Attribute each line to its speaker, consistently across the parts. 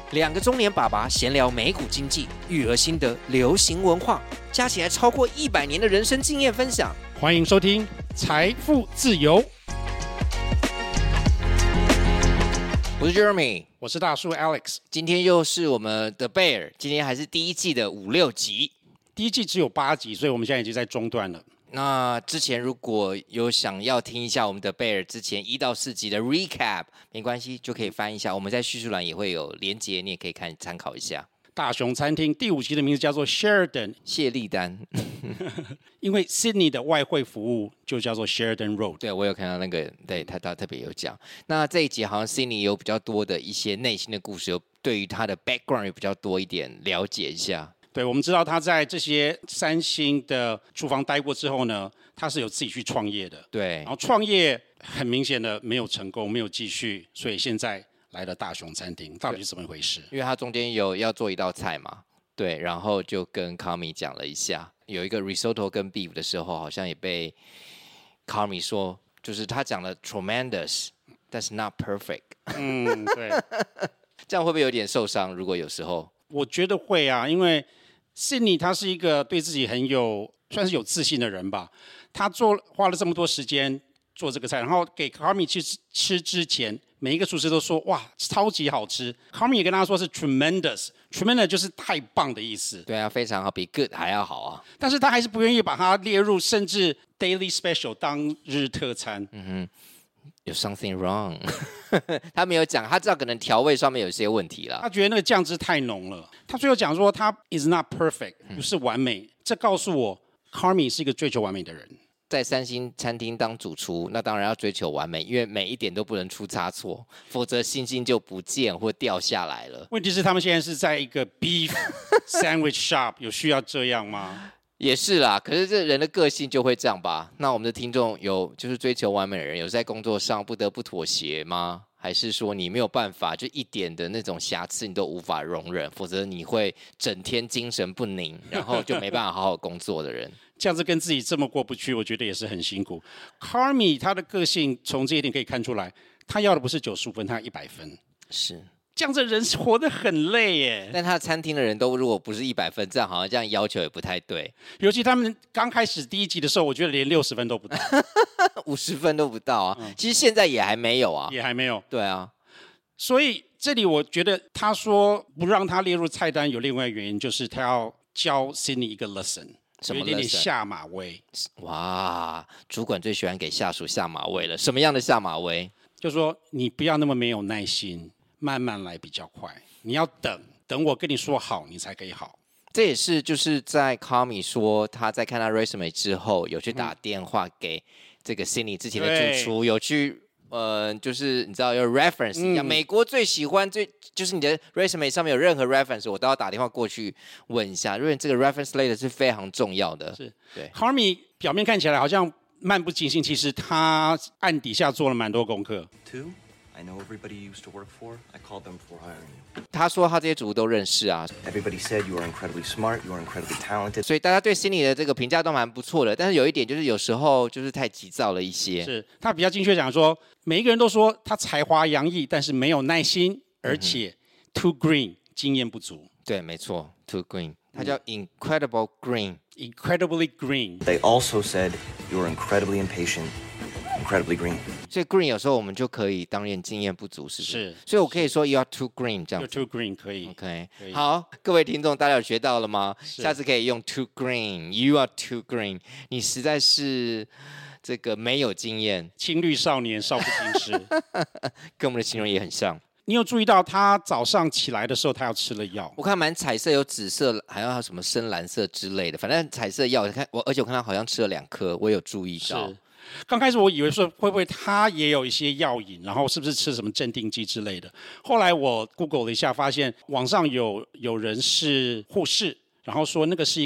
Speaker 1: 两个中年爸爸闲聊美股经济、育儿心得、流行文化，加起来超过100年的人生经验分享。
Speaker 2: 欢迎收听《财富自由》。
Speaker 1: 我是 Jeremy，
Speaker 2: 我是大叔 Alex。
Speaker 1: 今天又是我们的 Bear， 今天还是第一季的5、6集。
Speaker 2: 第一季只有8集，所以我们现在已经在中段了。
Speaker 1: 那之前如果有想要听一下我们的 Bear 之前1到4集的 recap， 没关系，就可以翻一下，我们在叙述栏也会有连结，你也可以看参考一下。
Speaker 2: 大熊餐厅第5集的名字叫做 Sheridan，
Speaker 1: 谢利丹，
Speaker 2: 因为 Sydney 的外汇服务就叫做 Sheridan Road。
Speaker 1: 对，我有看到那个，对他特别有讲。那这一集好像 Sydney 有比较多的一些内心的故事，有对于他的 background 有比较多一点了解一下。
Speaker 2: 对，我们知道他在这些3星的厨房待过之后呢，他是有自己去创业的。
Speaker 1: 对，
Speaker 2: 然后创业很明显的没有成功，没有继续，所以现在来了大熊餐厅，到底是怎么回事？
Speaker 1: 因为他中间有要做一道菜嘛，对，然后就跟 Carmy 讲了一下，有一个 risotto 跟 beef 的时候，好像也被 Carmy 说，就是他讲了 tremendous， that's not perfect。
Speaker 2: 对，
Speaker 1: 这样会不会有点受伤？如果有时候，
Speaker 2: 我觉得会啊，因为 Sydney 他是一个对自己算是有自信的人吧。他花了这么多时间做这个菜，然后给 Carmy 去吃之前，每一个厨师都说哇超级好吃。Carmy 也跟他说是 tremendous 就是太棒的意思。
Speaker 1: 对啊，非常好，比 good 还要好啊。
Speaker 2: 但是他还是不愿意把它列入甚至 daily special 当日特餐。
Speaker 1: 有 something wrong， 他没有讲，他知道可能调味上面有一些问题啦。
Speaker 2: 他觉得那个酱汁太浓了。他最后讲说他 is not perfect， 不是完美。这告诉我 Carmy 是一个追求完美的人。
Speaker 1: 在3星餐厅当主厨，那当然要追求完美，因为每一点都不能出差错，否则星星就不见或掉下来了。
Speaker 2: 问题是他们现在是在一个 beef sandwich shop， 有需要这样吗？
Speaker 1: 也是啦，可是这人的个性就会这样吧？那我们的听众有就是追求完美的人，有在工作上不得不妥协吗？还是说你没有办法，就一点的那种瑕疵你都无法容忍，否则你会整天精神不宁，然后就没办法好好工作的人？
Speaker 2: 这样子跟自己这么过不去，我觉得也是很辛苦。Carmy 他的个性从这一点可以看出来，他要的不是95分，他要100分。
Speaker 1: 是。
Speaker 2: 这样子人活得很累耶。
Speaker 1: 但他餐厅的人都如果不是100分，这样好像这样要求也不太对。
Speaker 2: 尤其他们刚开始第1集的时候，我觉得连60分都不到
Speaker 1: ，50分都不到啊。其实现在也还没有啊，
Speaker 2: 也还没有。
Speaker 1: 对啊，
Speaker 2: 所以这里我觉得他说不让他列入菜单有另外一个原因，就是他要教 Sydney 一个 lesson，
Speaker 1: 什么 lesson？
Speaker 2: 有一点点下马威。
Speaker 1: 哇，主管最喜欢给下属下马威了。什么样的下马威？
Speaker 2: 就说你不要那么没有耐心。慢慢来比较快，你要等我跟你说好，你才可以好。
Speaker 1: 这也是就是在 Carmy 说他在看到 resume 之后，有去打电话给这个 Sydney 之前的主厨，有去就是你知道有 reference 一样，美国最喜欢就是你的 resume 上面有任何 reference， 我都要打电话过去问一下，因为这个 reference letter 是非常重要的。
Speaker 2: 是，
Speaker 1: 对。
Speaker 2: Carmy 表面看起来好像漫不经心，其实他暗底下做了蛮多功课。
Speaker 3: I know everybody you used to work for. I called them before hiring you.
Speaker 1: 他说他这些主厨都认识啊。
Speaker 3: Everybody said you are incredibly smart, you are incredibly talented.
Speaker 1: 所以大家对Sydney的这个评价都蛮不错的，但是有一点就是有时候就是太急躁了一些。
Speaker 2: 是他比较精确讲说，每一个人都说他才华洋溢，但是没有耐心，而且 too green， 经验不足。
Speaker 1: 对，没错 ，too green， 他叫 incredible
Speaker 2: green。Incredibly green.
Speaker 3: They also said you are incredibly impatient.Incredibly green，
Speaker 1: 所以 green 有时候我们就可以当然经验不足，是不是？
Speaker 2: 是，
Speaker 1: 所以我可以说 you are too green 这样。
Speaker 2: You're too green 可以。
Speaker 1: OK， 好，各位听众，大家有学到了吗？下次可以用 too green，you are too green， 你实在是这个没有经验，
Speaker 2: 青绿少年少不经事，
Speaker 1: 跟我们的形容也很像。
Speaker 2: 你有注意到他早上起来的时候，他要吃了药？
Speaker 1: 我看蛮彩色，有紫色，还有什么深蓝色之类的，反正彩色药。而且我看他好像吃了2颗，我有注意到。
Speaker 2: 是。刚开始我以为说会不会他也有一些药瘾，然后是不是吃什么镇定剂之类的？后来我 Google 了一下，发现网上有人是护士，然后说那个是一个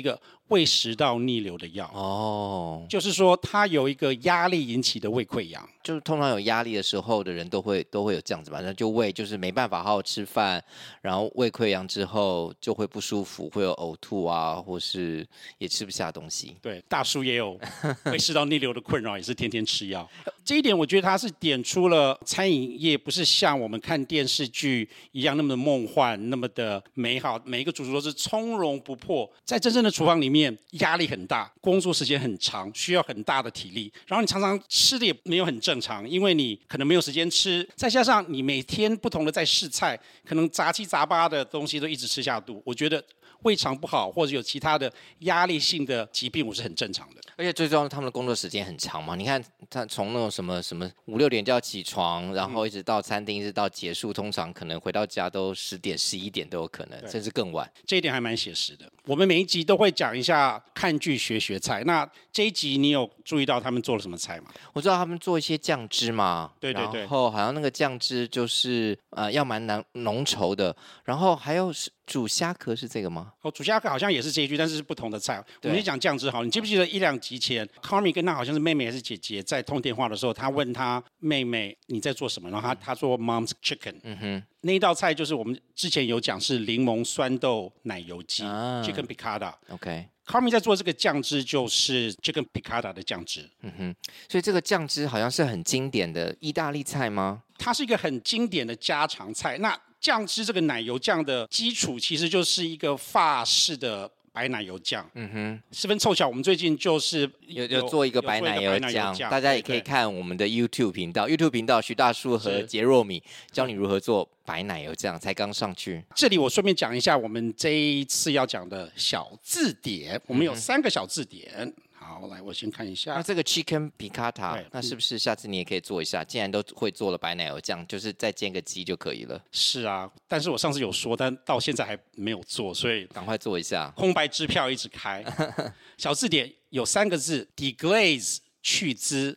Speaker 2: 胃食道逆流的药。
Speaker 1: 哦，
Speaker 2: 就是说它有一个压力引起的胃溃疡。
Speaker 1: 就是通常有压力的时候的人都会有这样子吧，那就胃就是没办法好好吃饭，然后胃溃疡之后就会不舒服，会有呕吐啊，或是也吃不下东西。
Speaker 2: 对，大叔也有胃食道逆流的困扰，也是天天吃药。这一点我觉得他是点出了餐饮业不是像我们看电视剧一样那么的梦幻，那么的美好，每一个主厨都是从容不迫。在真正的厨房里面，压力很大，工作时间很长，需要很大的体力，然后你常常吃的也没有很正常，因为你可能没有时间吃，再加上你每天不同的在试菜，可能杂七杂八的东西都一直吃下肚，我觉得胃肠不好或者有其他的压力性的疾病，我是很正常的。
Speaker 1: 而且最重要，他们的工作时间很长嘛。你看，他从那种什么5、6点就要起床，然后一直到餐厅，一直到结束，通常可能回到家都10点、11点都有可能，甚至更晚。
Speaker 2: 这一点还蛮写实的。我们每一集都会讲一下看剧学菜。那这一集你有注意到他们做了什么菜吗？
Speaker 1: 我知道他们做一些酱汁嘛，
Speaker 2: 对，
Speaker 1: 然后好像那个酱汁就是要蛮浓稠的，然后还有煮虾壳是这个吗？
Speaker 2: 煮虾壳好像也是这一句，但是是不同的菜。我们先讲酱汁好，你记不记得1、2集前 ，Carmy 跟他好像是妹妹还是姐姐在通电话的时候，他问他妹妹你在做什么，然后他说 Mom's Chicken。那一道菜就是我们之前有讲是柠檬酸豆奶油鸡、Chicken Piccata。OK。Carmy 在做这个酱汁就是 Chicken Piccata 的酱汁。
Speaker 1: 所以这个酱汁好像是很经典的意大利菜吗？
Speaker 2: 它是一个很经典的家常菜。那酱汁这个奶油酱的基础其实就是一个法式的白奶油酱。十分凑巧，我们最近就是
Speaker 1: 有做一个白奶油酱，大家也可以看我们的 YouTube 频道，YouTube 频道徐大叔和杰若米教你如何做白奶油酱，才刚上去。
Speaker 2: 这里我顺便讲一下我们这一次要讲的小字典，我们有3个小字典。好，来我先看一下。
Speaker 1: 那这个 Chicken Piccata， 那是不是下次你也可以做一下？既然都会做了白奶油酱，就是再煎个鸡就可以了。
Speaker 2: 是啊，但是我上次有说，但到现在还没有做，所以
Speaker 1: 赶快做一下。
Speaker 2: 空白支票一直开。小字典有3个字 ：deglaze 去汁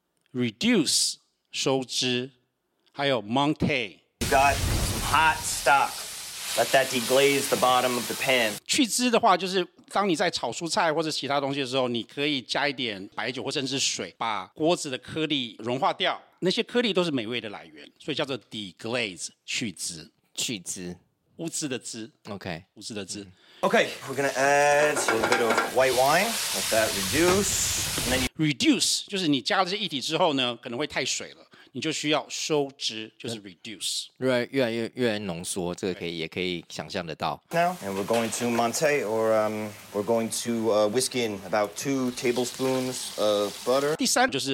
Speaker 2: ，reduce 收汁，还有 monte。
Speaker 4: Got some hot stock. Let that deglaze the bottom of the pan.
Speaker 2: 去汁的话，就是当你在炒蔬菜或者其他东西的时候，你可以加一点白酒或甚至水，把锅子的颗粒融化掉。那些颗粒都是美味的来源，所以叫做 deglaze 去汁。
Speaker 1: 去汁，
Speaker 2: 乌汁的汁。
Speaker 1: OK，
Speaker 2: 乌汁的汁。
Speaker 4: Okay, we're gonna add a little bit of white wine. Let that reduce. And then
Speaker 2: reduce 就是你加了这些液体之后呢，可能会太水了。你就需要收汁，就是 reduce，
Speaker 1: 越来越浓缩，这个也可以想象得到。
Speaker 4: Now, and we're going to Monte, or we're going to whisk in about 2 tablespoons of butter.
Speaker 2: 第3就是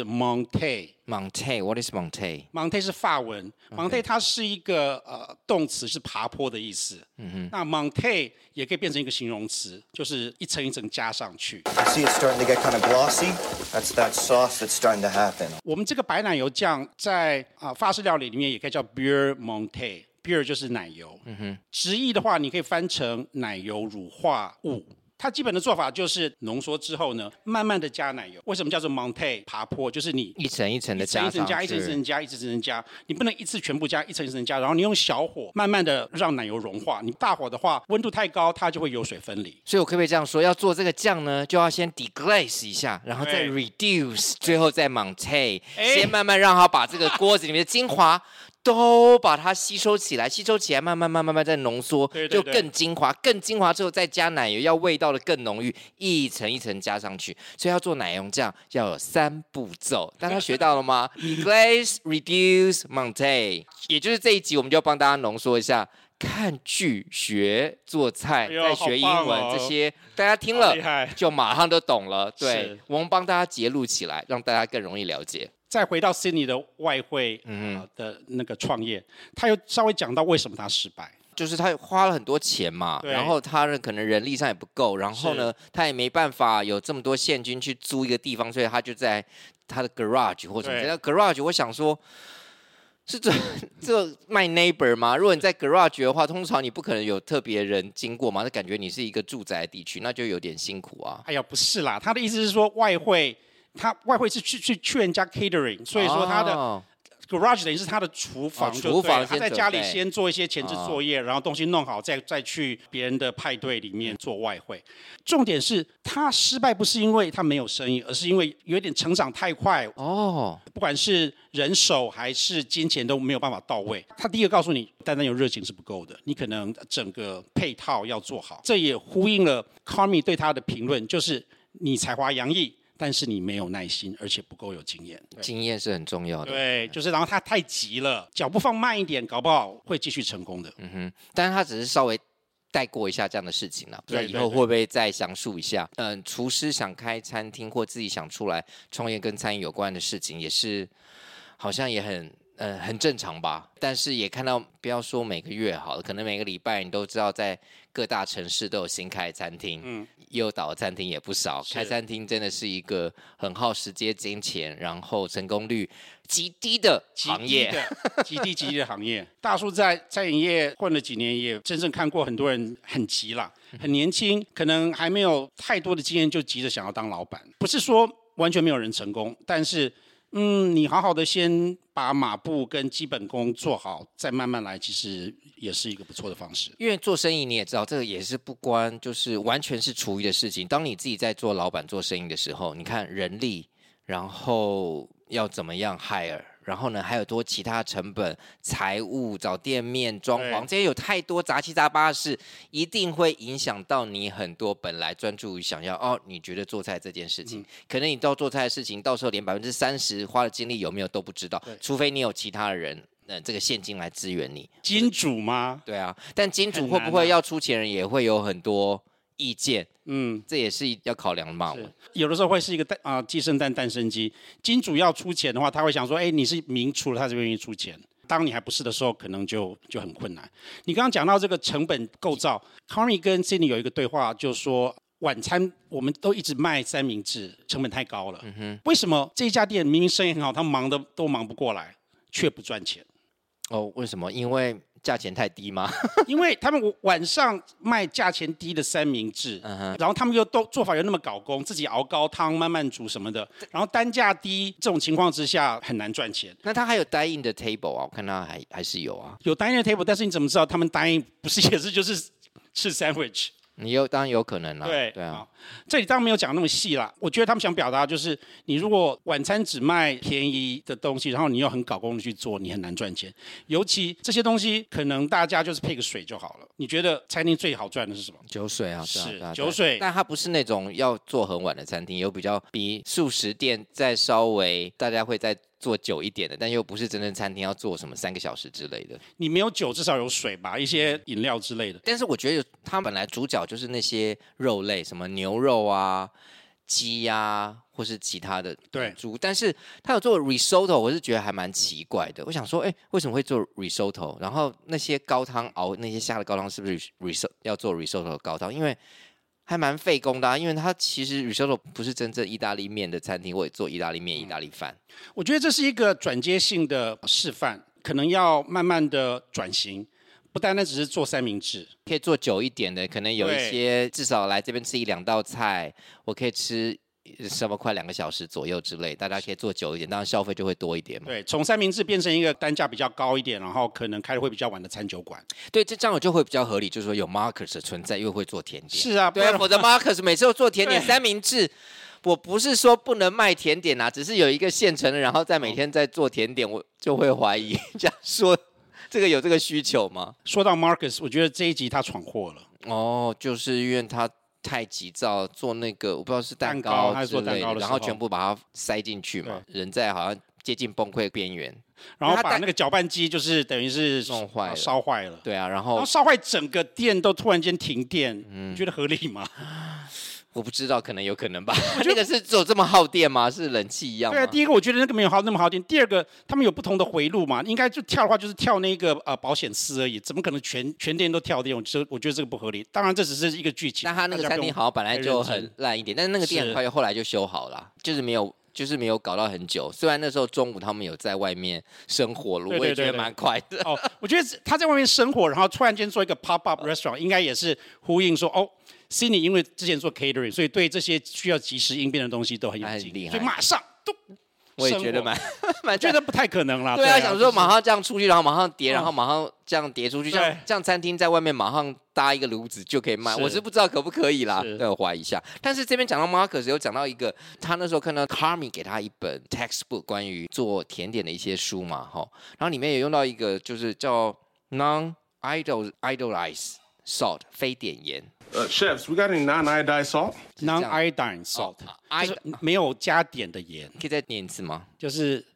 Speaker 2: Monte。Monte，
Speaker 1: What is Monte？
Speaker 2: Monte 是法文 ，Monte 它是一个动词，是爬坡的意思。那 Monte 也可以变成一个形容词，就是一层一层加上去。
Speaker 4: You see it's starting to get kind of glossy. That's that sauce that's starting to happen.
Speaker 2: 我们这个白奶油酱在法式料理里面也可以叫 Beurre Monte，Beurre 就是奶油。直译的话，你可以翻成奶油乳化物。它基本的做法就是浓缩之后呢，慢慢的加奶油。为什么叫做 Monte 爬坡？就是你
Speaker 1: 一层一层的加上去，
Speaker 2: 一层加，一层加，一层加。你不能一次全部加，一层一层加，然后你用小火慢慢的让奶油融化。你大火的话，温度太高，它就会油水分离。
Speaker 1: 所以我可不可以这样说？要做这个酱呢，就要先 deglaze 一下，然后再 reduce， 最后再 Monte，先慢慢让它把这个锅子里面的精华都把它吸收起来，慢慢再浓缩，就更精华。更精华之后再加奶油，要味道的更浓郁，一层一层加上去。所以要做奶油酱要有3步骤，大家学到了吗？deglaze, reduce, Monte。也就是这一集，我们就要帮大家浓缩一下。看剧学做菜，再学英文，这些大家听了就马上都懂了。对，我们帮大家截录起来，让大家更容易了解。
Speaker 2: 再回到 Sydney 的外汇的那个创业，他又稍微讲到为什么他失败。
Speaker 1: 就是他花了很多钱嘛，然后他可能人力上也不够，然后呢，他也没办法有这么多现金去租一个地方，所以他就在他的 garage 或者什么。那 garage 我想说，是这卖 neighbor 吗？如果你在 garage 的话，通常你不可能有特别人经过嘛，那感觉你是一个住宅地区，那就有点辛苦啊。
Speaker 2: 哎呀，不是啦，他的意思是说外汇是去人家 catering， 所以说他的 garage 等于是他的厨房就对了，
Speaker 1: 厨房
Speaker 2: 他在家里
Speaker 1: 先准备
Speaker 2: 先做一些前置作业，然后东西弄好，再去别人的派对里面做外汇。重点是他失败不是因为他没有生意，而是因为有点成长太快，不管是人手还是金钱都没有办法到位。他第一个告诉你，单单有热情是不够的，你可能整个配套要做好。这也呼应了 Carmy 对他的评论，就是你才华洋溢，但是你没有耐心，而且不够有经验。
Speaker 1: 经验是很重要的。
Speaker 2: 对，就是然后他太急了，脚步放慢一点，搞不好会继续成功的。
Speaker 1: 但是他只是稍微带过一下这样的事情了，不知道以后会不会再详述一下。厨师想开餐厅或自己想出来创业跟餐饮有关的事情，也是好像也很正常吧。但是也看到，不要说每个月好了，可能每个礼拜你都知道，在各大城市都有新开餐厅，诱导的餐厅也不少。开餐厅真的是一个很耗时间、金钱，然后成功率极低的行业，
Speaker 2: 极低的行业。大叔在餐饮业混了几年，也真正看过很多人很急啦，很年轻，可能还没有太多的经验就急着想要当老板。不是说完全没有人成功，但是你好好的先把马步跟基本功做好，再慢慢来，其实也是一个不错的方式。
Speaker 1: 因为做生意你也知道，这个也是不关就是完全是厨艺的事情。当你自己在做老板做生意的时候，你看人力，然后要怎么样 hire， 然后呢还有多其他成本、财务、找店面、装潢，这些有太多杂七杂八的事，一定会影响到你很多本来专注于想要你觉得做菜这件事情，可能你到做菜的事情，到时候连30%花的精力有没有都不知道，除非你有其他的人。这个现金来支援你，
Speaker 2: 金主吗？
Speaker 1: 对啊，但金主会不会要出钱人也会有很多意见，这也是要考量的嘛。
Speaker 2: 有的时候会是一个鸡生蛋，蛋生鸡。金主要出钱的话，他会想说，你是名厨了，他就愿意出钱。当你还不是的时候，可能就很困难。你刚刚讲到这个成本构造 ，Carmy 跟 Sydney 有一个对话，就说晚餐我们都一直卖三明治，成本太高了。为什么这家店明明生意很好，他忙的都忙不过来，却不赚钱？
Speaker 1: 为什么？因为价钱太低吗？
Speaker 2: 因为他们晚上卖价钱低的三明治，然后他们又都做法又那么搞工，自己熬高汤慢慢煮什么的，然后单价低，这种情况之下很难赚钱。
Speaker 1: 那他还有 dine in 的 table 啊，我看他还是有啊，
Speaker 2: 有 dine in 的 table， 但是你怎么知道他们 dine in 不是也是就是吃 sandwich？
Speaker 1: 当然有可能啦。
Speaker 2: 对
Speaker 1: 啊，
Speaker 2: 这里当然没有讲那么细啦。我觉得他们想表达就是，你如果晚餐只卖便宜的东西，然后你又很搞功的去做，你很难赚钱。尤其这些东西，可能大家就是配个水就好了。你觉得餐厅最好赚的是什么？
Speaker 1: 酒水啊，
Speaker 2: 是酒水。
Speaker 1: 但它不是那种要做很晚的餐厅，有比较比素食店再稍微大家会再做久一点的，但又不是真正餐厅要做什么3个小时之类的。
Speaker 2: 你没有酒，至少有水吧，一些饮料之类的。
Speaker 1: 但是我觉得它本来主角就是那些肉类，什么牛肉啊、鸡啊，或是其他的猪。但是他有做 risotto， 我是觉得还蛮奇怪的。我想说，为什么会做 risotto？ 然后那些高汤熬那些虾的高汤，是不是要做 risotto 的高汤？因为还蛮费工的因为它其实 risotto 不是真正意大利面的餐厅会做意大利面、意大利饭。
Speaker 2: 我觉得这是一个转接性的示范，可能要慢慢的转型，不单单只是做三明治，
Speaker 1: 可以做久一点的，可能有一些至少来这边吃1-2道菜，我可以吃什么快2个小时左右之类，大家可以做久一点，当然消费就会多一点嘛。
Speaker 2: 对，从三明治变成一个单价比较高一点，然后可能开的会比较晚的餐酒馆。
Speaker 1: 对，这样就会比较合理，就是说有 Marcus 的存在，又会做甜点。
Speaker 2: 是啊，
Speaker 1: 对啊，否则 Marcus 每次都做甜点三明治。我不是说不能卖甜点只是有一个现成的，然后再每天在做甜点，我就会怀疑，这样说这个有这个需求吗？
Speaker 2: 说到 Marcus， 我觉得这一集他闯祸了。
Speaker 1: 就是因为他太急躁，做那个我不知道是蛋糕
Speaker 2: 还是做蛋糕的时候，
Speaker 1: 然后全部把它塞进去嘛，人在好像接近崩溃边缘，
Speaker 2: 然后把那个搅拌机就是等于是
Speaker 1: 弄坏了，
Speaker 2: 烧坏了。
Speaker 1: 对啊，然后
Speaker 2: 烧坏整个店都突然间停电，你觉得合理吗？
Speaker 1: 我不知道，可能有可能吧。那个是只有这么耗电吗？是冷气一样吗？
Speaker 2: 对啊，第一个我觉得那个没有那么耗电。第二个，他们有不同的回路嘛，应该就跳的话就是跳那个保险丝而已，怎么可能全店都跳电？我觉得这个不合理。当然这只是一个剧情。
Speaker 1: 那他那个餐厅好像本来就很烂一点，但是那个店很快后来就修好了，就是没有搞到很久。虽然那时候中午他们有在外面生火炉，我也觉得蛮快的。
Speaker 2: 我觉得他在外面生火，然后突然间做一个 pop up restaurant， 应该也是呼应说Sydney 因为之前做 catering， 所以对这些需要及时应变的东西都很有经验，所以马上
Speaker 1: 我也觉得蛮
Speaker 2: 觉得不太可能啦。
Speaker 1: 对啊，
Speaker 2: 就是
Speaker 1: 想说马上这样出去，然后马上叠，然后马上这样叠出去，像餐厅在外面马上搭一个炉子就可以卖，我是不知道可不可以啦，对我怀疑一下。但是这边讲到 Marcus 有讲到一个，他那时候看到 Carmy 给他一本 textbook 关于做甜点的一些书嘛，然后里面有用到一个就是叫 non-iodized salt 非碘盐。
Speaker 5: Chefs, we got any non-iodized salt?
Speaker 2: Non-iodine salt，就是没有加碘的盐。
Speaker 1: 可以再念一次吗？
Speaker 2: 就是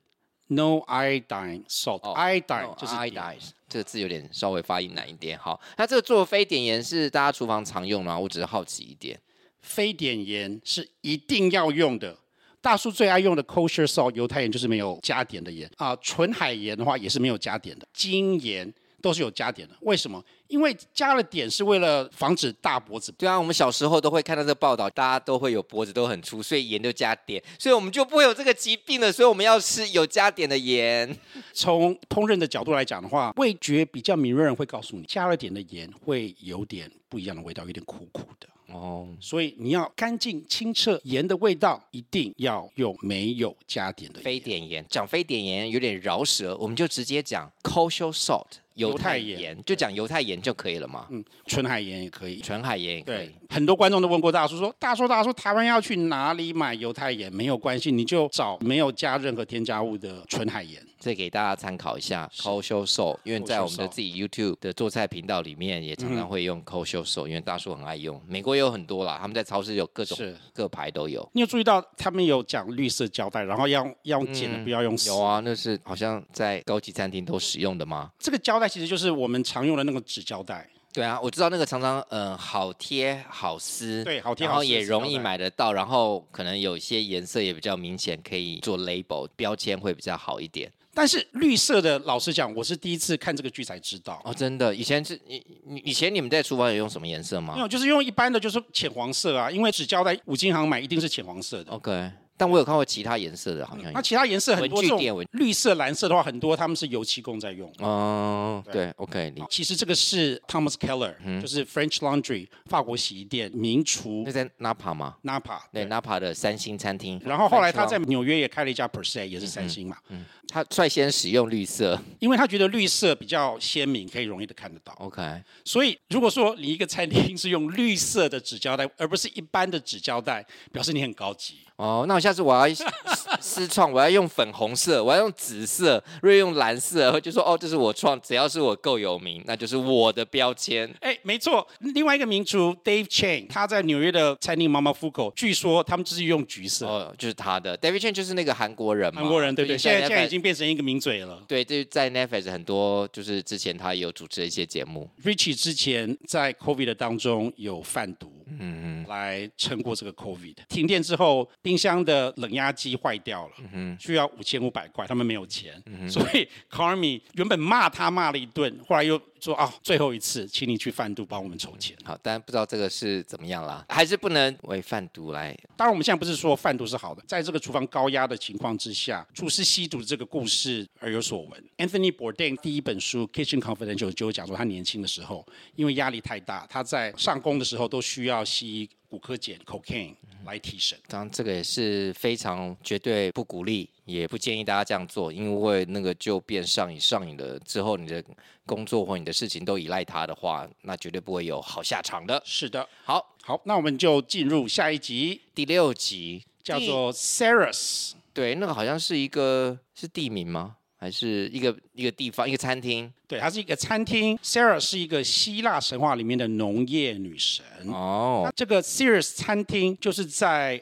Speaker 2: no iodine salt，iodine 就是
Speaker 1: iodized，这个字有点稍微发音难一点。好，那这个做非碘盐是大家厨房常用吗？我只是好奇一点。
Speaker 2: 非碘盐是一定要用的。大叔最爱用的 kosher salt 犹太盐就是没有加碘的盐啊，纯海盐的话也是没有加碘的，精盐都是有加碘的。为什么？因为加了碘是为了防止大脖子。
Speaker 1: 对啊，我们小时候都会看到这个报道，大家都会有脖子都很粗，所以盐就加碘，所以我们就不会有这个疾病了。所以我们要吃有加碘的盐。
Speaker 2: 从烹饪的角度来讲的话，味觉比较敏锐人会告诉你，加了碘的盐会有点不一样的味道，有点苦苦的。所以你要干净清澈，盐的味道一定要用没有加碘的盐。
Speaker 1: 非碘盐，讲非碘盐有点饶舌，我们就直接讲 kosher salt 犹太盐，就讲犹太盐就可以了嘛。
Speaker 2: 纯海盐也可以，
Speaker 1: 纯海盐也可以。
Speaker 2: 很多观众都问过大叔说，大叔，台湾要去哪里买犹太盐？没有关系，你就找没有加任何添加物的纯海盐。
Speaker 1: 这给大家参考一下 kosher salt， 因为在我们的自己 YouTube 的做菜频道里面也常常会用 kosher salt， 因为大叔很爱用。美国也有很多啦，他们在超市有各种各牌都有。
Speaker 2: 你有注意到他们有讲绿色胶带，然后要用碱的，不要用丝。
Speaker 1: 有啊，那是好像在高级餐厅都使用的吗？
Speaker 2: 这个胶带其实就是我们常用的那个纸胶带。
Speaker 1: 对啊，我知道那个常常好贴好撕，
Speaker 2: 对，好贴
Speaker 1: 然后也容易买得到，然后可能有一些颜色也比较明显，可以做 label 标签会比较好一点。
Speaker 2: 但是绿色的，老实讲，我是第一次看这个剧才知道。
Speaker 1: 真的，以前你们在厨房有用什么颜色吗？
Speaker 2: 没有，就是用一般的，就是浅黄色啊，因为纸胶带五金行买一定是浅黄色的。
Speaker 1: OK。但我有看过其他颜色的，好像有。
Speaker 2: 那其他颜色很多，这种绿色、蓝色的话，很多他们是油漆工在用。
Speaker 1: 对 ，OK。
Speaker 2: 其实这个是 Thomas Keller，就是 French Laundry 法国洗衣店名厨。
Speaker 1: 那在 Napa 吗
Speaker 2: ？Napa
Speaker 1: 对 Napa 的3星餐厅。
Speaker 2: 然后后来他在纽约也开了一家 Per Se， 也是3星嘛。
Speaker 1: 他率先使用绿色，
Speaker 2: 因为他觉得绿色比较鲜明，可以容易的看得到。
Speaker 1: OK。
Speaker 2: 所以如果说你一个餐厅是用绿色的纸胶带，而不是一般的纸胶带，表示你很高级。
Speaker 1: 那我下次我要私创，我要用粉红色，我要用紫色，如果用蓝色，就说这是我创，只要是我够有名，那就是我的标签。
Speaker 2: 没错。另外一个名厨 Dave Chang， 他在纽约的餐厅 Momofuku， 据说他们就是用橘色。
Speaker 1: 就是他的 David Chang 就是那个韩国人嘛。
Speaker 2: 韩国人，对，现在已经变成一个名嘴了。
Speaker 1: 对，这在 Netflix 很多，就是之前他也有主持的一些节目。
Speaker 2: Richie 之前在 COVID 的当中有贩毒，来撑过这个 COVID。停电之后，冰箱的冷压机坏掉了，需要5500块，他们没有钱，所以 Carmy 原本骂了一顿，后来又说最后一次，请你去贩毒帮我们筹钱。
Speaker 1: 好，但不知道这个是怎么样啦，还是不能为贩毒来。
Speaker 2: 当然，我们现在不是说贩毒是好的，在这个厨房高压的情况之下，厨师吸毒的这个故事而有所闻。Anthony Bourdain 第一本书《Kitchen Confidential》就有讲说，他年轻的时候因为压力太大，他在上工的时候都需要吸古柯碱 （cocaine） 来提神。
Speaker 1: 当然，这个也是非常绝对不鼓励，也不建议大家这样做，因为那个就变上瘾了之后，你的工作或你的事情都依赖它的话，那绝对不会有好下场的。
Speaker 2: 是的。
Speaker 1: 好，
Speaker 2: 那我们就进入下一集，
Speaker 1: 第6集，
Speaker 2: 叫做 Sarah's。
Speaker 1: 对，那个好像是是地名吗？还是一个地方，一个餐厅？
Speaker 2: 对，它是一个餐厅。Sarah 是一个希腊神话里面的农业女神。那这个 Sarah's 餐厅就是在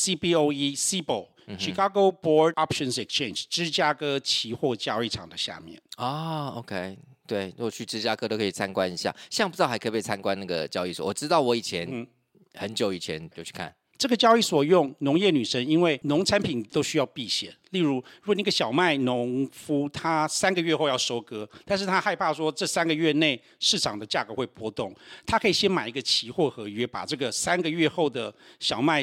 Speaker 2: CBOE Chicago Board Options Exchange 芝加哥期货交易场的下面。
Speaker 1: OK。对，如果去芝加哥都可以参观一下。现在不知道还可不可以参观那个交易所？我知道我以前很久以前就去看。
Speaker 2: 这个交易所用农业女神，因为农产品都需要避险。例如，如果那个小麦农夫他3个月后要收割，但是他害怕说这3个月内市场的价格会波动，他可以先买一个期货合约，把这个3个月后的小麦的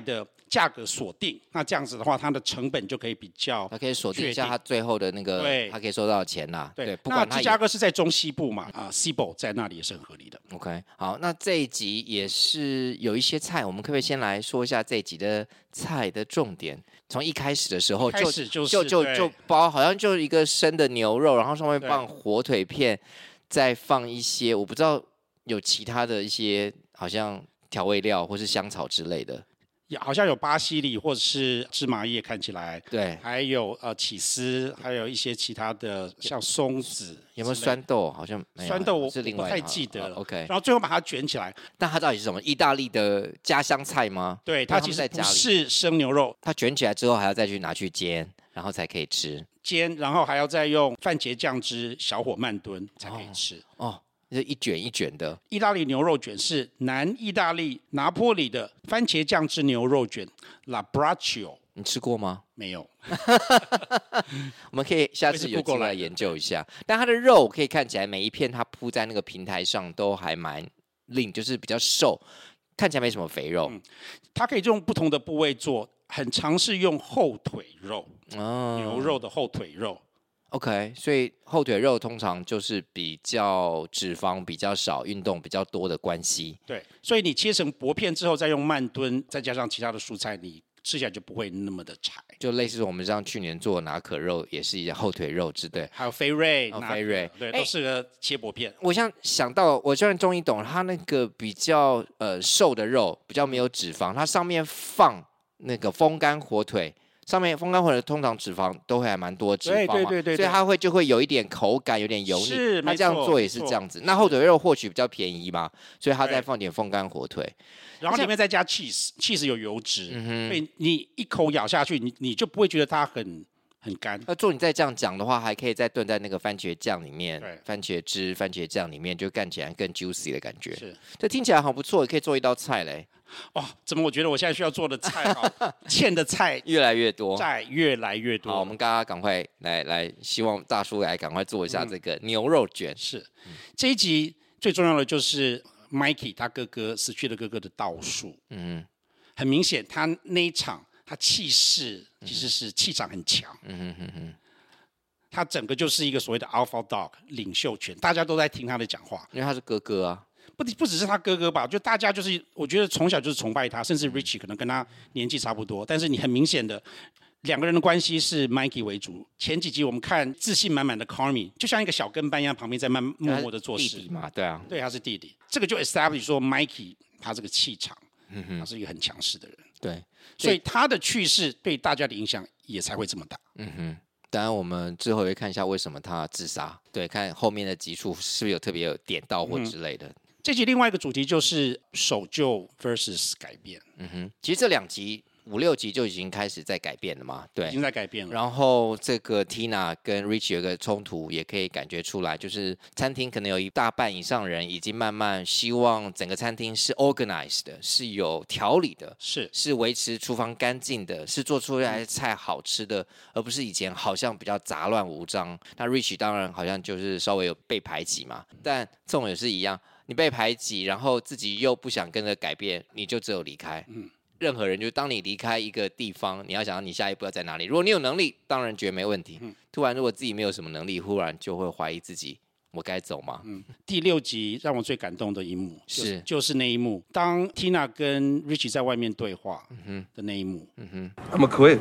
Speaker 2: 价格锁定，那这样子的话，它的成本就可以比较
Speaker 1: 他可以锁定一下他最后的那个，他可以收到的钱啦。
Speaker 2: 对，
Speaker 1: 不管
Speaker 2: 那芝加哥是在中西部嘛，西部在那里也是很合理的。
Speaker 1: OK， 好，那这一集也是有一些菜，我们可不可以先来说一下这一集的菜的重点？从一开始的时候就包，好像就一个生的牛肉，然后上面放火腿片，再放一些我不知道有其他的一些好像调味料或是香草之类的。
Speaker 2: 好像有巴西里或者是芝麻叶，看起来
Speaker 1: 对，
Speaker 2: 还有起司，还有一些其他的像松子，
Speaker 1: 有没有酸豆？好像没有，
Speaker 2: 酸豆我
Speaker 1: 是另外
Speaker 2: 不太记得了。
Speaker 1: OK，
Speaker 2: 然后最后把它卷起来。
Speaker 1: 但它到底是什么？意大利的家乡菜吗？
Speaker 2: 对，它其实不是生牛肉，
Speaker 1: 它卷起来之后还要再去拿去煎，然后才可以吃。
Speaker 2: 煎，然后还要再用番茄酱汁小火慢炖才可以吃。
Speaker 1: 就一卷一卷的。
Speaker 2: 意大利牛肉卷是南意大利拿坡里的番茄酱汁牛肉卷 La Braccio，
Speaker 1: 你吃过吗？
Speaker 2: 没有。
Speaker 1: 我们可以下次有机会来研究一下。但它的肉可以看起来每一片它铺在那个平台上都还蛮令，就是比较瘦，看起来没什么肥肉。
Speaker 2: 它可以用不同的部位做，很常是用后腿肉，牛肉的后腿肉。
Speaker 1: OK， 所以后腿肉通常就是比较脂肪比较少、运动比较多的关系。
Speaker 2: 对，所以你切成薄片之后，再用慢炖，再加上其他的蔬菜，你吃起来就不会那么的柴。
Speaker 1: 就类似我们像去年做的拿可肉也是一样，后腿肉之对。
Speaker 2: 还有飞瑞，
Speaker 1: 飞瑞，
Speaker 2: 对，都适合切薄片。
Speaker 1: 我想到，我虽然终于懂了，它那个比较瘦的肉，比较没有脂肪，它上面放那个风干火腿。上面风干火腿通常脂肪都会还蛮多脂肪嘛，
Speaker 2: 对，
Speaker 1: 所以它就会有一点口感，有点油腻。它这样做也是这样子。那后腿肉或许比较便宜嘛，所以它再放点风干火腿，
Speaker 2: 然后里面再加 cheese 有油脂，所以你一口咬下去，你就不会觉得它很干。
Speaker 1: 那做你再这样讲的话，还可以再炖在那个番茄酱里面，番茄汁、番茄酱里面，就干起来更 juicy 的感觉。
Speaker 2: 是，
Speaker 1: 这听起来好不错，也可以做一道菜嘞。
Speaker 2: 怎么我觉得我现在需要做的菜欠的菜
Speaker 1: 越来越多，
Speaker 2: 菜越来越多。
Speaker 1: 好，我们大家赶快来，希望大叔来赶快做一下这个牛肉卷。
Speaker 2: 是，这一集最重要的就是 Mikey 他哥哥死去的哥哥的倒数。很明显他那一场他气势其实是气场很强。他整个就是一个所谓的 Alpha Dog 领袖权，大家都在听他的讲话，
Speaker 1: 因为他是哥哥啊。
Speaker 2: 不只是他哥哥吧，就大家就是我觉得从小就是崇拜他，甚至 Richie 可能跟他年纪差不多，但是你很明显的两个人的关系是 Mikey 为主。前几集我们看自信满满的 Carmy 就像一个小跟班一样，旁边在默默的做事。
Speaker 1: 弟弟嘛，对啊，
Speaker 2: 对，他是弟弟，这个就 establish 说 Mikey 他这个气场，他是一个很强势的人。
Speaker 1: 对，
Speaker 2: 所以他的去世对大家的影响也才会这么大。
Speaker 1: 当然，我们之后也会看一下为什么他自杀。对，看后面的集数是不是特别有点到或之类的。
Speaker 2: 这集另外一个主题就是守旧 versus 改变。
Speaker 1: 其实这2集5、6集就已经开始在改变了嘛，对，
Speaker 2: 已经在改变了。
Speaker 1: 然后这个 Tina 跟 Rich 有个冲突，也可以感觉出来，就是餐厅可能有一大半以上人已经慢慢希望整个餐厅是 organized 的，是有条理的，是维持厨房干净的，是做出来的菜好吃的，而不是以前好像比较杂乱无章。那 Rich 当然好像就是稍微有被排挤嘛，但这种也是一样。你被排挤，然后自己又不想跟着改变，你就只有离开。任何人就当你离开一个地方，你要想到你下一步要在哪里。如果你有能力，当然觉得没问题。突然如果自己没有什么能力，忽然就会怀疑自己，我该走吗？
Speaker 2: 第6集让我最感动的一幕就是那一幕，当 Tina 跟 Richie 在外面对话的那一幕。
Speaker 5: I'ma quit.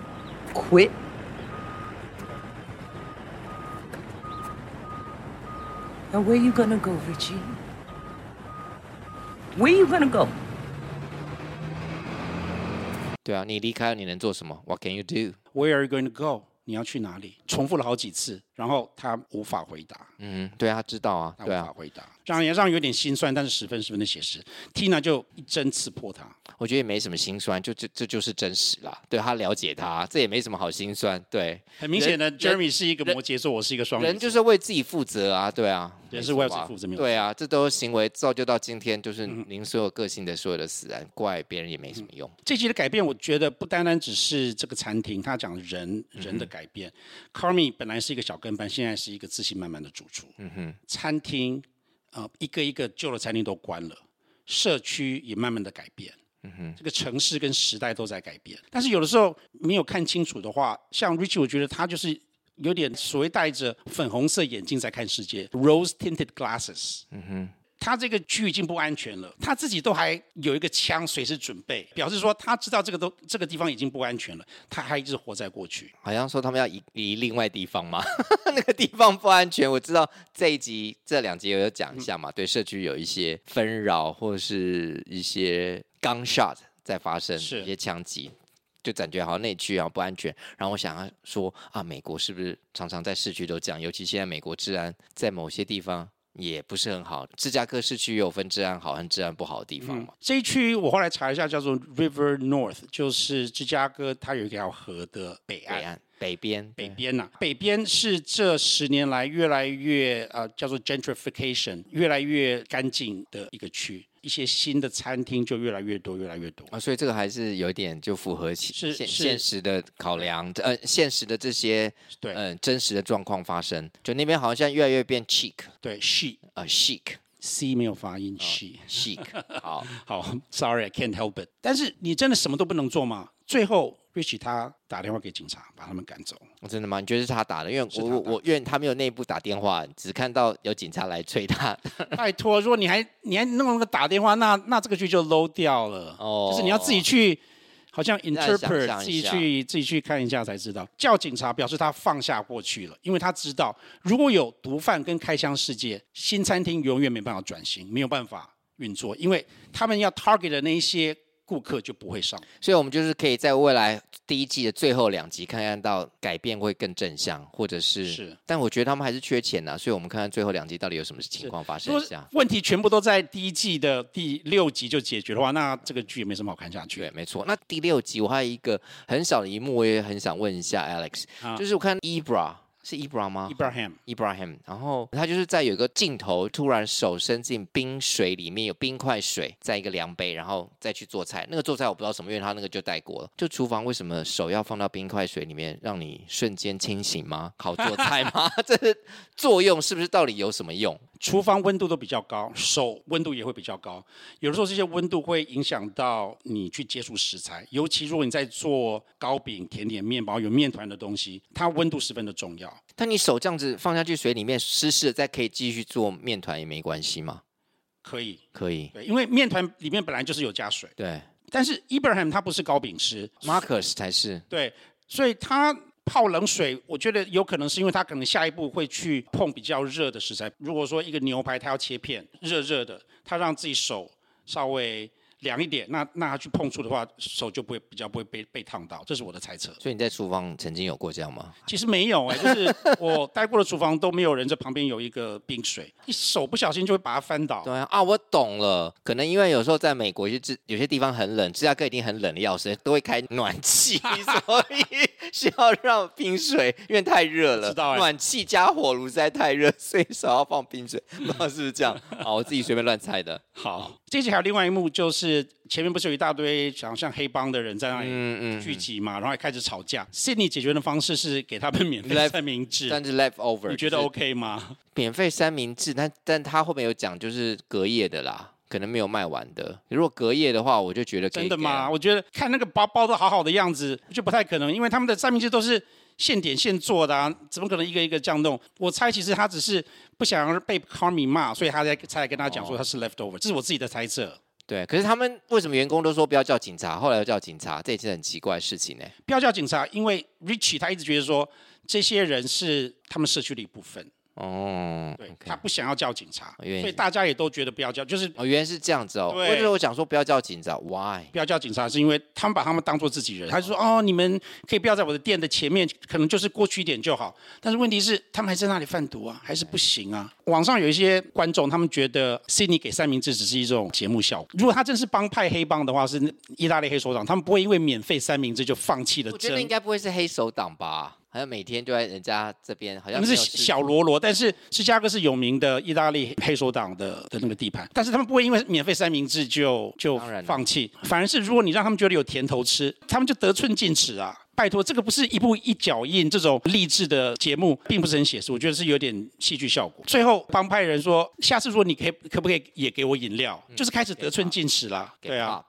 Speaker 6: Quit? Now where you gonna go, Richie? Where you gonna go?
Speaker 1: 对啊，你离开了，你能做什么 ？What can you do?
Speaker 2: Where are you going to go? 你要去哪里？重复了好几次，然后他无法回答。
Speaker 1: 对啊，他知道啊，
Speaker 2: 他无法回答，让有点心酸，但是十分的写实。Tina 就一针刺破他。
Speaker 1: 我觉得也没什么心酸，这就是真实啦。对，他了解他，这也没什么好心酸。对，
Speaker 2: 很明显的 ，Jeremy 是一个摩羯座，我是一个双鱼座。
Speaker 1: 人就是为自己负责啊，对啊，
Speaker 2: 人是为自己负责，没有错。
Speaker 1: 对啊，这都是行为造就到今天，就是您所有个性的所有的死然，怪别人也没什么用。
Speaker 2: 这集的改变，我觉得不单单只是这个餐厅，他讲人的改变。Carmy 本来是一个小跟班，现在是一个自信满满的主厨。餐厅一个一个旧的餐厅都关了，社区也慢慢的改变。 这个城市跟时代都在改变。但是有的时候没有看清楚的话，像 Richie， 我觉得他就是有点所谓戴着粉红色眼镜在看世界 ，rose tinted glasses。他这个区已经不安全了，他自己都还有一个枪随时准备，表示说他知道这个地方已经不安全了，他还一直活在过去。
Speaker 1: 好像说他们要移另外地方吗？那个地方不安全。我知道这2集有讲一下嘛，对社区有一些纷扰或是一些 gunshot 在发生，一些枪击。就感觉好像内区啊不安全，然后我想要说啊，美国是不是常常在市区都这样？尤其现在美国治安在某些地方也不是很好，芝加哥市区有分治安好和治安不好的地方嘛。
Speaker 2: 这一区我后来查一下，叫做 River North， 就是芝加哥它有一条河的北岸。
Speaker 1: 北边
Speaker 2: 呐、北边是这10年来越来越叫做 gentrification， 越来越干净的一个区，一些新的餐厅就越来越多啊，
Speaker 1: 所以这个还是有一点就符合现实的考量，现实的这些真实的状况发生，就那边好像越来越变 chic，
Speaker 2: 对 chic C 没有发音 chic 好 sorry I can't help it， 但是你真的什么都不能做吗？最后 Richie 他打电话给警察把他们赶走。
Speaker 1: 真的吗？你觉得是他打的？因为因为他没有内部打电话，只看到有警察来催他。
Speaker 2: 拜托，如果你还弄那个打电话，那这个剧就 low 掉了。就是你要自己去，好像 interpret 自己去看一下才知道。叫警察表示他放下过去了，因为他知道如果有毒贩跟开枪事件，新餐厅永远没办法转型，没有办法运作，因为他们要 target 的那一些顾客就不会上。
Speaker 1: 所以我们就是可以在未来第1季的最后2集看到改变会更正向，或者是，但我觉得他们还是缺钱啊，所以我们看看最后2集到底有什么情况发生一下。
Speaker 2: 问题全部都在第1季的第6集就解决的话，那这个剧也没什么好看下去。
Speaker 1: 对，没错。那第6集我还有一个很小的一幕，我也很想问一下 Alex，就是我看 Ibra。是 Ibra 吗 ？Ibrahim， 然后他就是在有一个镜头，突然手伸进冰水里面，有冰块水在一个量杯，然后再去做菜。那个做菜我不知道什么，因为他那个就带过了。就厨房为什么手要放到冰块水里面，让你瞬间清醒吗？好做菜吗？这个作用是不是到底有什么用？
Speaker 2: 厨房温度都比较高，手温度也会比较高。有的时候这些温度会影响到你去接触食材，尤其如果你在做糕饼、甜点、面包有面团的东西，它温度十分的重要。
Speaker 1: 但你手这样子放下去水里面湿湿的，再可以继续做面团也没关系吗？
Speaker 2: 可以，
Speaker 1: 对，
Speaker 2: 因为面团里面本来就是有加水。
Speaker 1: 对，
Speaker 2: 但是 Ibrahim 他不是糕饼师
Speaker 1: ，Marcus 才是。
Speaker 2: 对，所以他泡冷水，我觉得有可能是因为他可能下一步会去碰比较热的食材。如果说一个牛排他要切片，热的，他让自己手稍微凉一点，那他去碰触的话，手就比较不会被烫到，这是我的猜测。
Speaker 1: 所以你在厨房曾经有过这样吗？
Speaker 2: 其实没有就是我待过的厨房都没有人在旁边有一个冰水，一手不小心就会把它翻倒。
Speaker 1: 对啊，我懂了，可能因为有时候在美国有些地方很冷，芝加哥一定很冷的要死，都会开暖气，所以需要让冰水，因为太热了，暖气加火炉实在太热，所以手要放冰水，不知道是不是这样？好，我自己随便乱猜的。
Speaker 2: 好，这一集还有另外一幕，就是前面不是有一大堆像黑帮的人在那里聚集嘛，然后还开始吵架。Sydney 解决的方式是给他们免费三明治，
Speaker 1: 但是 leftover，
Speaker 2: 你觉得 OK 吗？
Speaker 1: 免费三明治，但他后面有讲就是隔夜的啦，可能没有卖完的。如果隔夜的话，我就觉得
Speaker 2: 真的吗？我觉得看那个包的好好的样子，就不太可能，因为他们的三明治都是现点现做的啊，怎么可能一个一个这样弄？我猜其实他只是不想被 Carmy 骂，所以他才跟他讲说他是 leftover，这是我自己的猜测。
Speaker 1: 对，可是他们为什么员工都说不要叫警察，后来又叫警察，这也是很奇怪的事情呢？
Speaker 2: 不要叫警察，因为 Richie 他一直觉得说这些人是他们社区的一部分。对，他不想要叫警察，所以大家也都觉得不要叫，就是
Speaker 1: 原来是这样子哦。为什么我讲说不要叫警察 ？Why？
Speaker 2: 不要叫警察是因为他们把他们当作自己人，他就说你们可以不要在我的店的前面，可能就是过去一点就好。但是问题是他们还在那里贩毒啊，还是不行啊。网上有一些观众，他们觉得 Sydney 给三明治只是一种节目效果。如果他真是帮派黑帮的话，是意大利黑手党，他们不会因为免费三明治就放弃了。
Speaker 1: 我觉得应该不会是黑手党吧？好像每天就在人家这边，好像
Speaker 2: 是小罗罗，但是芝加哥是有名的意大利黑手党的那个地盘，但是他们不会因为免费三明治就放弃，反而是如果你让他们觉得有甜头吃，他们就得寸进尺啊！拜托，这个不是一步一脚印这种励志的节目，并不是很写实，我觉得是有点戏剧效果。最后帮派人说，下次如果你可不可以也给我饮料，就是开始得寸进尺啦，对啊。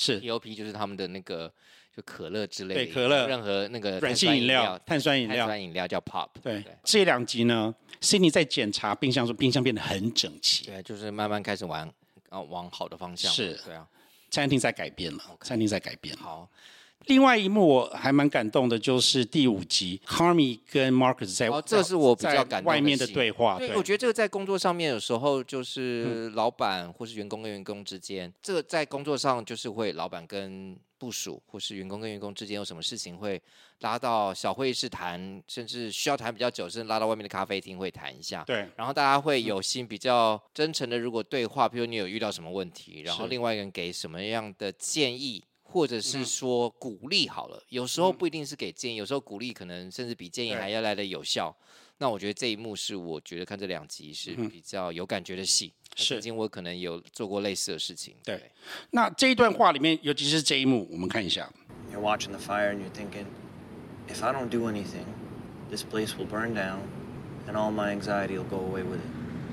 Speaker 2: 是
Speaker 1: POP 就是他们的那个就可乐之类的，
Speaker 2: 对可乐
Speaker 1: 任何那个
Speaker 2: 软性饮料、碳酸饮
Speaker 1: 碳
Speaker 2: 料。
Speaker 1: 酸饮料叫 Pop。
Speaker 2: 对，这2集呢，Sydney 在检查冰箱的时候，冰箱变得很整齐，
Speaker 1: 对，就是慢慢开始往好的方向。
Speaker 2: 是
Speaker 1: 对啊。
Speaker 2: 餐厅在改变了，餐厅在改变。
Speaker 1: 好，
Speaker 2: 另外一幕我还蛮感动的，就是第5集 ，Carmy 跟 Marcus 在
Speaker 1: 这是我比较感动的
Speaker 2: 外面的
Speaker 1: 戏
Speaker 2: 对话。
Speaker 1: 对，我觉得这个在工作上面有时候就是老板或是员工跟员工之间，这个在工作上就是会老板跟部属或是员工跟员工之间有什么事情会拉到小会议室谈，甚至需要谈比较久，甚至拉到外面的咖啡厅会谈一下。
Speaker 2: 对，
Speaker 1: 然后大家会有心比较真诚的，如果对话，比如你有遇到什么问题，然后另外一个人给什么样的建议。或者是说鼓励好了，有时候不一定是给建议，有时候鼓励可能甚至比建议还要来的有效。那我觉得这一幕是我觉得看这2集是比较有感觉的戏。
Speaker 2: 是，
Speaker 1: 曾经我可能有做过类似的事情。
Speaker 2: 对，那这一段话里面，尤其是这一幕，我们看一下。
Speaker 7: You're watching the fire and you're thinking, if I don't do anything, this place will burn down, and all my anxiety will go away with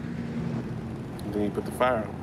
Speaker 7: it.
Speaker 5: And then you put the fire out.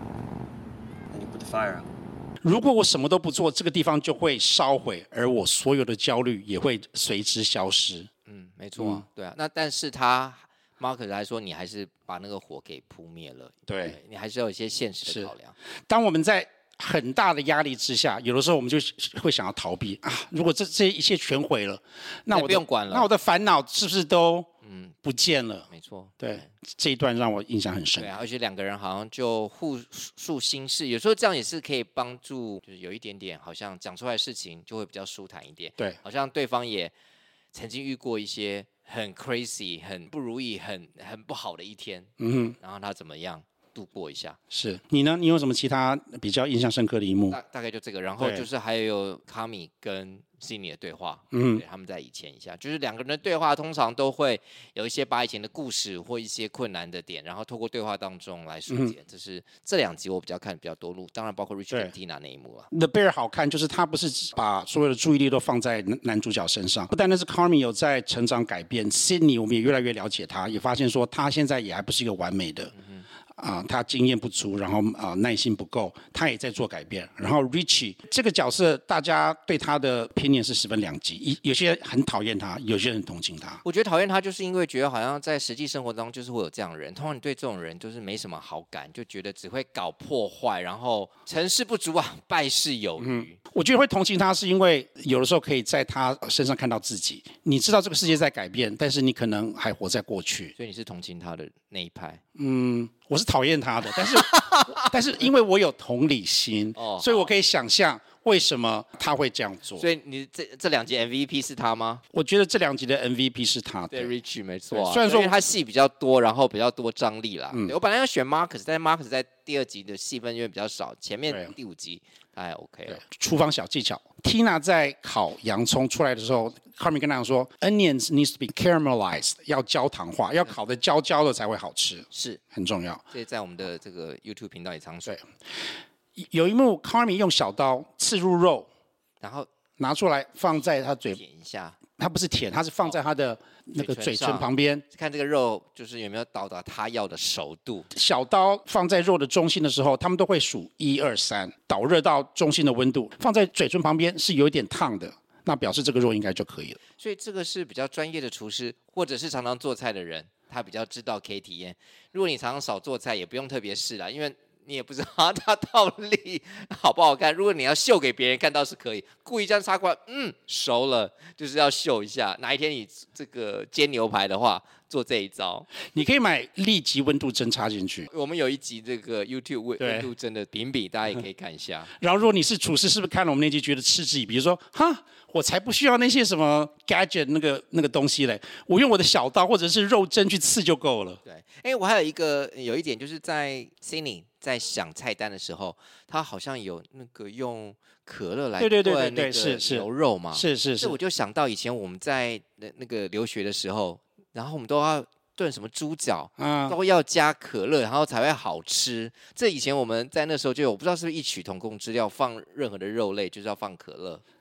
Speaker 7: Then you put the fire out.
Speaker 2: 如果我什么都不做，这个地方就会烧毁，而我所有的焦虑也会随之消失。
Speaker 1: 没错啊，对啊。那但是他 Marcus 来说，你还是把那个火给扑灭了。
Speaker 2: 对，
Speaker 1: 你还是要有一些现实的考量。
Speaker 2: 当我们在很大的压力之下，有的时候我们就会想要逃避啊。如果这一切全毁了，那我
Speaker 1: 不用管了，
Speaker 2: 那我的烦恼是不是都不见了？
Speaker 1: 没错，
Speaker 2: 对，这一段让我印象很深。
Speaker 1: 对啊，而且2个人好像就互诉心事，有时候这样也是可以帮助，就是有一点点好像讲出来的事情就会比较舒坦一点。
Speaker 2: 对，
Speaker 1: 好像对方也曾经遇过一些很 crazy、很不如意、很不好的一天，然后他怎么样度过一下。
Speaker 2: 是你呢？你有什么其他比较印象深刻的一幕？
Speaker 1: 大概就这个，然后就是还有卡米跟 Sydney 的对话，对，他们在以前一下，就是2个人的对话通常都会有一些把以前的故事或一些困难的点，然后透过对话当中来疏解。这是这2集我比较看比较多路，当然包括 Rich 跟 Tina 那一幕了。
Speaker 2: The Bear 好看，就是他不是把所有的注意力都放在男主角身上，不单单是 Carmy 有在成长改变 ，Sydney 我们也越来越了解他，也发现说他现在也还不是一个完美的。他经验不足，然后耐心不够，他也在做改变。然后 Richie 这个角色，大家对他的评念是10分2级，有些很讨厌他，有些人很同情他。
Speaker 1: 我觉得讨厌他，就是因为觉得好像在实际生活当中就是会有这样的人，通常你对这种人就是没什么好感，就觉得只会搞破坏，然后成事不足啊，败事有余。
Speaker 2: 我觉得会同情他，是因为有的时候可以在他身上看到自己。你知道这个世界在改变，但是你可能还活在过去。
Speaker 1: 所以你是同情他的那一派？
Speaker 2: 我是讨厌他的，但是因为我有同理心，所以我可以想象为什么他会这样做。
Speaker 1: 所以你这2集 MVP 是他吗？
Speaker 2: 我觉得这2集的 MVP 是他。
Speaker 1: 对 Richie 没错、啊。
Speaker 2: 虽然说
Speaker 1: 他戏比较多，然后比较多张力啦。我本来要选 Marcus， 但是 Marcus 在第2集的戏份因为比较少，前面第5集他还 OK 了。
Speaker 2: 厨房小技巧 ，Tina 在烤洋葱出来的时候 ，Carmy 跟他讲说 ，Onions needs to be caramelized， 要焦糖化，要烤的焦焦的才会好吃，
Speaker 1: 是
Speaker 2: 很重要。
Speaker 1: 这在我们的这个 YouTube 频道也常说。
Speaker 2: 有一幕 Carmy 用小刀刺入肉，
Speaker 1: 然后
Speaker 2: 拿出来放在他嘴
Speaker 1: 舔一下，
Speaker 2: 他不是舔，他是放在他的那个嘴唇旁边，
Speaker 1: 看这个肉就是有没有到达他要的熟度。
Speaker 2: 小刀放在肉的中心的时候，他们都会数1、2、3，导热到中心的温度，放在嘴唇旁边是有一点烫的，那表示这个肉应该就可以了。
Speaker 1: 所以这个是比较专业的厨师，或者是常常做菜的人，他比较知道可以体验。如果你常常少做菜，也不用特别试啦，因为你也不知道它到底好不好看。如果你要秀给别人看到是可以，故意这样插过来，熟了，就是要秀一下。哪一天你这个煎牛排的话，做这一招，
Speaker 2: 你可以买立即温度针插进去。
Speaker 1: 我们有一集这个 YouTube 温度针的比，大家也可以看一下。
Speaker 2: 然后如果你是厨师，是不是看了我们那集觉得嗤之以鼻，比如说哈，我才不需要那些什么 gadget 那个东西嘞，我用我的小刀或者是肉针去刺就够了。
Speaker 1: 对，我还有一点就是在 Sydney 在想菜单的时候，他好像有那个用可乐来炖那个牛肉嘛，
Speaker 2: 是。
Speaker 1: 所以我就想到以前我们在那个留学的时候，然后我们都要炖什么猪脚，都要加可乐，然后才会好吃。这以前我们在那时候就有，我不知道是不是异曲同工之料，放任何的肉类就是要放可乐。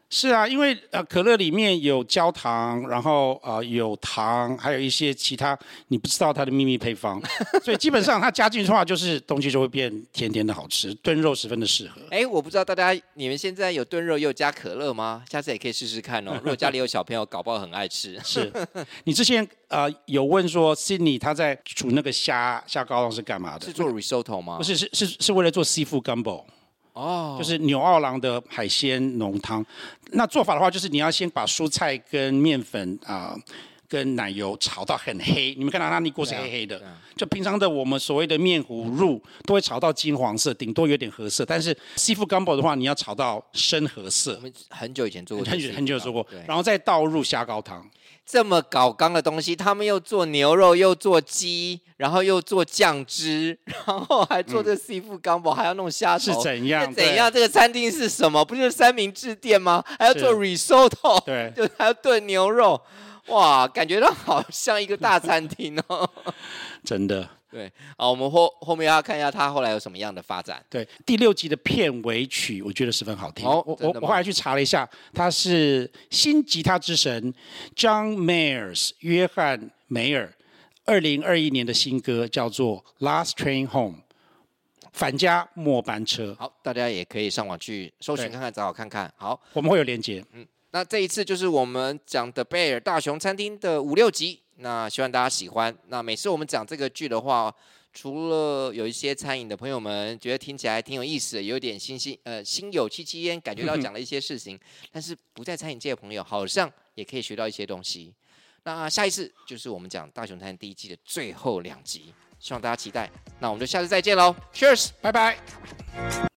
Speaker 2: 是啊，因为可乐里面有焦糖，然后有糖，还有一些其他你不知道它的秘密配方，所以基本上它加进去的话，就是东西就会变甜甜的好吃，炖肉十分的适合。
Speaker 1: 哎，我不知道你们现在有炖肉又加可乐吗？下次也可以试试看哦。如果家里有小朋友，搞不好很爱吃。
Speaker 2: 是，你之前有问说 Sydney 他在煮那个虾高粱是干嘛的？
Speaker 1: 是做 risotto 吗？
Speaker 2: 不是，是为了做 seafood gumbo。
Speaker 1: 哦，
Speaker 2: 就是纽奥良的海鲜浓汤。那做法的话，就是你要先把蔬菜跟面粉跟奶油炒到很黑，你们看到它那锅是黑黑的。就平常的我们所谓的面糊肉都会炒到金黄色，顶多有点褐色。但是 seafood gumbo 的话，你要炒到深褐色。
Speaker 1: 我们很久以前做过，
Speaker 2: 很久做过，然后再倒入虾高汤。
Speaker 1: 这么搞纲的东西，他们又做牛肉，又做鸡，然后又做酱汁，然后还做这个 seafood gumbo，还要弄虾头，
Speaker 2: 是怎样？
Speaker 1: 怎样？这个餐厅是什么？不就是三明治店吗？还要做 risotto，
Speaker 2: 对，
Speaker 1: 就还要炖牛肉，哇，感觉到好像一个大餐厅哦。
Speaker 2: 真的。
Speaker 1: 对，好，我们后面要看一下他后来有什么样的发展。
Speaker 2: 对，第6集的片尾曲我觉得十分好听。我后来去查了一下，他是新吉他之神 John Mayers 约翰梅尔2021年的新歌叫做 Last Train Home 返家末班车。
Speaker 1: 好，大家也可以上网去搜寻看看，找好看看。好，
Speaker 2: 我们会有连结。
Speaker 1: 那这一次就是我们讲的贝尔大熊餐厅的5、6集。那希望大家喜欢。那每次我们讲这个剧的话，除了有一些餐饮的朋友们觉得听起来挺有意思的，有点心有戚戚焉，感觉到讲了一些事情，但是不在餐饮界的朋友好像也可以学到一些东西。那下一次就是我们讲大熊餐第1季的最后2集，希望大家期待。那我们就下次再见喽 ，Cheers，
Speaker 2: 拜拜。